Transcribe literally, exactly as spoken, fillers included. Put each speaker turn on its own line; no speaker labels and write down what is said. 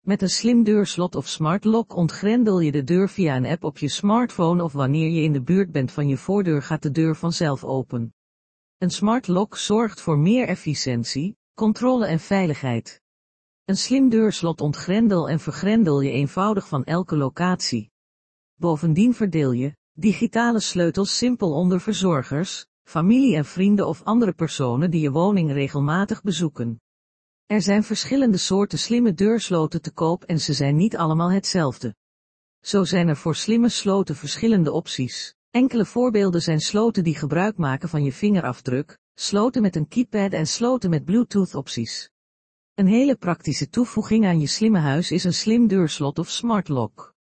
Met een slim deurslot of smart lock ontgrendel je de deur via een app op je smartphone of wanneer je in de buurt bent van je voordeur gaat de deur vanzelf open. Een smart lock zorgt voor meer efficiëntie, controle en veiligheid. Een slim deurslot ontgrendel en vergrendel je eenvoudig van elke locatie. Bovendien verdeel je digitale sleutels simpel onder verzorgers, familie en vrienden of andere personen die je woning regelmatig bezoeken. Er zijn verschillende soorten slimme deursloten te koop en ze zijn niet allemaal hetzelfde. Zo zijn er voor slimme sloten verschillende opties. Enkele voorbeelden zijn sloten die gebruik maken van je vingerafdruk, sloten met een keypad en sloten met Bluetooth opties. Een hele praktische toevoeging aan je slimme huis is een slim deurslot of smart lock.